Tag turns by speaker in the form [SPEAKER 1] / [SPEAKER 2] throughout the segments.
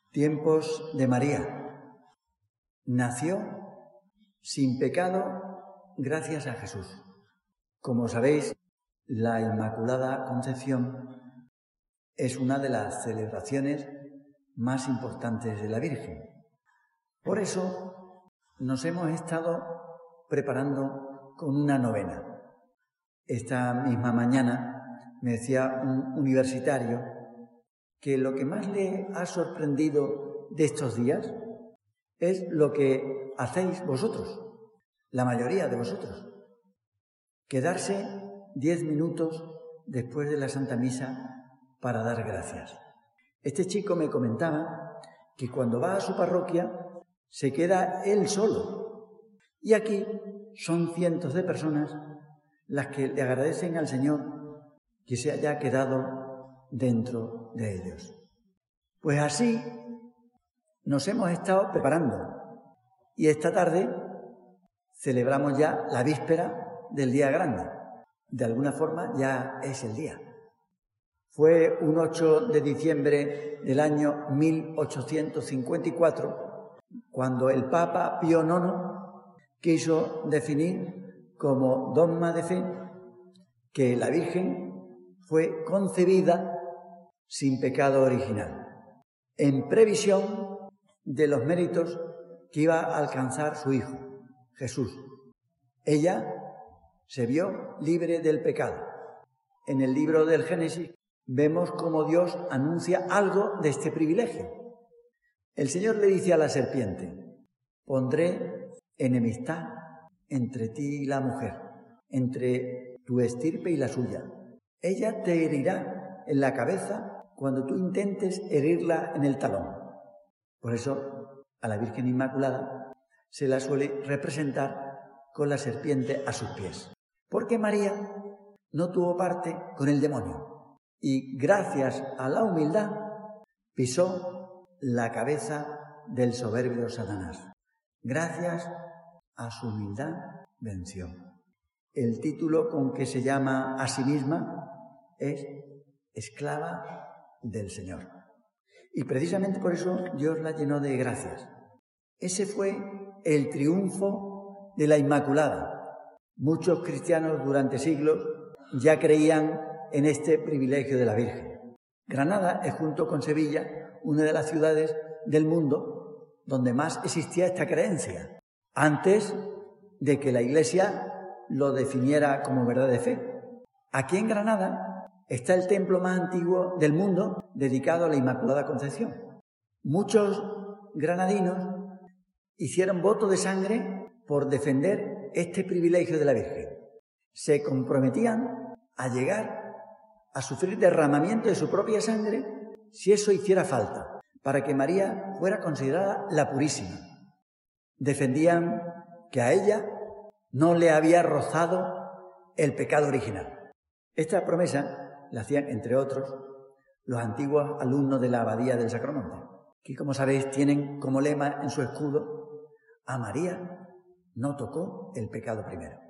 [SPEAKER 1] Tiempos de María. Nació sin pecado gracias a Jesús. Como sabéis, la Inmaculada Concepción es una de las celebraciones más importantes de la Virgen. Por eso nos hemos estado preparando con una novena. Esta misma mañana me decía un universitario que lo que más le ha sorprendido de estos días es lo que hacéis vosotros, la mayoría de vosotros. Quedarse 10 minutos después de la Santa Misa para dar gracias. Este chico me comentaba que cuando va a su parroquia se queda él solo. Y aquí son cientos de personas las que le agradecen al Señor que se haya quedado dentro de ellos. Pues así nos hemos estado preparando y esta tarde celebramos ya la víspera del día grande. De alguna forma ya es el día. Fue un 8 de diciembre del año 1854 cuando el Papa Pío IX quiso definir como dogma de fe que la Virgen fue concebida sin pecado original, en previsión de los méritos que iba a alcanzar su Hijo, Jesús. Ella se vio libre del pecado. En el libro del Génesis vemos cómo Dios anuncia algo de este privilegio. El Señor le dice a la serpiente: pondré enemistad entre ti y la mujer, entre tu estirpe y la suya. Ella te herirá en la cabeza cuando tú intentes herirla en el talón. Por eso, a la Virgen Inmaculada se la suele representar con la serpiente a sus pies. Porque María no tuvo parte con el demonio y gracias a la humildad pisó la cabeza del soberbio Satanás. Gracias a su humildad venció. El título con que se llama a sí misma es esclava del Señor. Y precisamente por eso Dios la llenó de gracias. Ese fue el triunfo de la Inmaculada. Muchos cristianos durante siglos ya creían en este privilegio de la Virgen. Granada es, junto con Sevilla, una de las ciudades del mundo donde más existía esta creencia, antes de que la Iglesia lo definiera como verdad de fe. Aquí en Granada está el templo más antiguo del mundo dedicado a la Inmaculada Concepción. Muchos granadinos hicieron voto de sangre por defender este privilegio de la Virgen. Se comprometían a llegar a sufrir derramamiento de su propia sangre si eso hiciera falta, para que María fuera considerada la Purísima. Defendían que a ella no le había rozado el pecado original. Esta promesa la hacían, entre otros, los antiguos alumnos de la Abadía del Sacromonte, que, como sabéis, tienen como lema en su escudo: a María no tocó el pecado primero.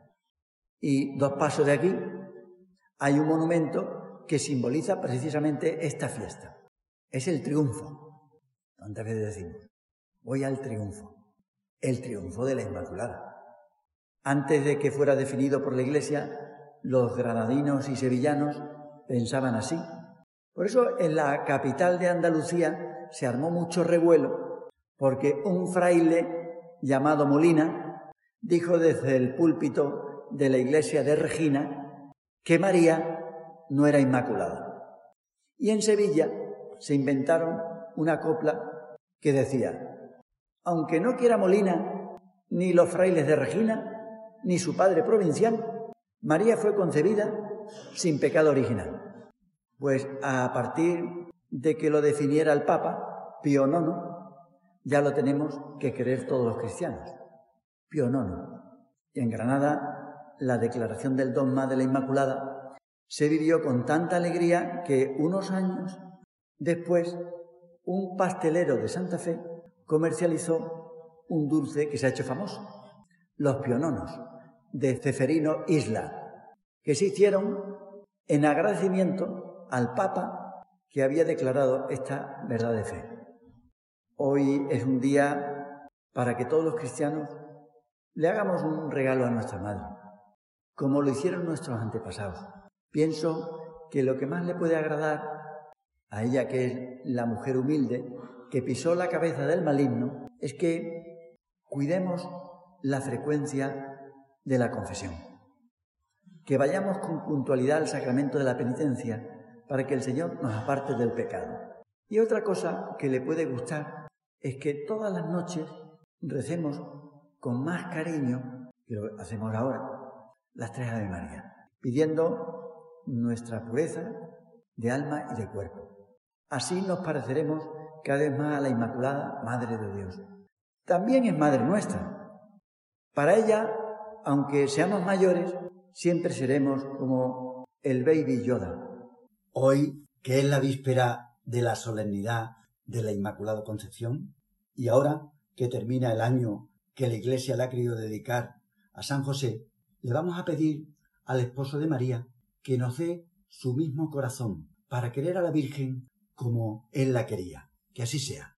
[SPEAKER 1] Y 2 pasos de aquí hay un monumento que simboliza precisamente esta fiesta. Es el triunfo. ¿Cuántas veces decimos? Voy al triunfo. El triunfo de la Inmaculada. Antes de que fuera definido por la Iglesia, los granadinos y sevillanos pensaban así. Por eso en la capital de Andalucía se armó mucho revuelo, porque un fraile llamado Molina dijo desde el púlpito de la iglesia de Regina que María no era inmaculada. Y en Sevilla se inventaron una copla que decía: aunque no quiera Molina, ni los frailes de Regina, ni su padre provincial, María fue concebida sin pecado original. Pues a partir de que lo definiera el Papa Pío IX, ya lo tenemos que creer todos los cristianos. Pío IX. Y en Granada, la declaración del dogma de la Inmaculada se vivió con tanta alegría que unos años después un pastelero de Santa Fe comercializó un dulce que se ha hecho famoso: los piononos de Ceferino Isla, que se hicieron en agradecimiento al Papa que había declarado esta verdad de fe. Hoy es un día para que todos los cristianos le hagamos un regalo a nuestra Madre, como lo hicieron nuestros antepasados. Pienso que lo que más le puede agradar a ella, que es la mujer humilde, que pisó la cabeza del maligno, es que cuidemos la frecuencia de la confesión, que vayamos con puntualidad al sacramento de la penitencia para que el Señor nos aparte del pecado. Y otra cosa que le puede gustar es que todas las noches recemos con más cariño, que lo hacemos ahora, las 3 Ave María, pidiendo nuestra pureza de alma y de cuerpo. Así nos pareceremos cada vez más a la Inmaculada Madre de Dios. También es Madre nuestra. Para ella, aunque seamos mayores, siempre seremos como el Baby Yoda.
[SPEAKER 2] Hoy, que es la víspera de la solemnidad de la Inmaculada Concepción, y ahora que termina el año que la Iglesia le ha querido dedicar a San José, le vamos a pedir al esposo de María que nos dé su mismo corazón para querer a la Virgen como Él la quería. Que así sea.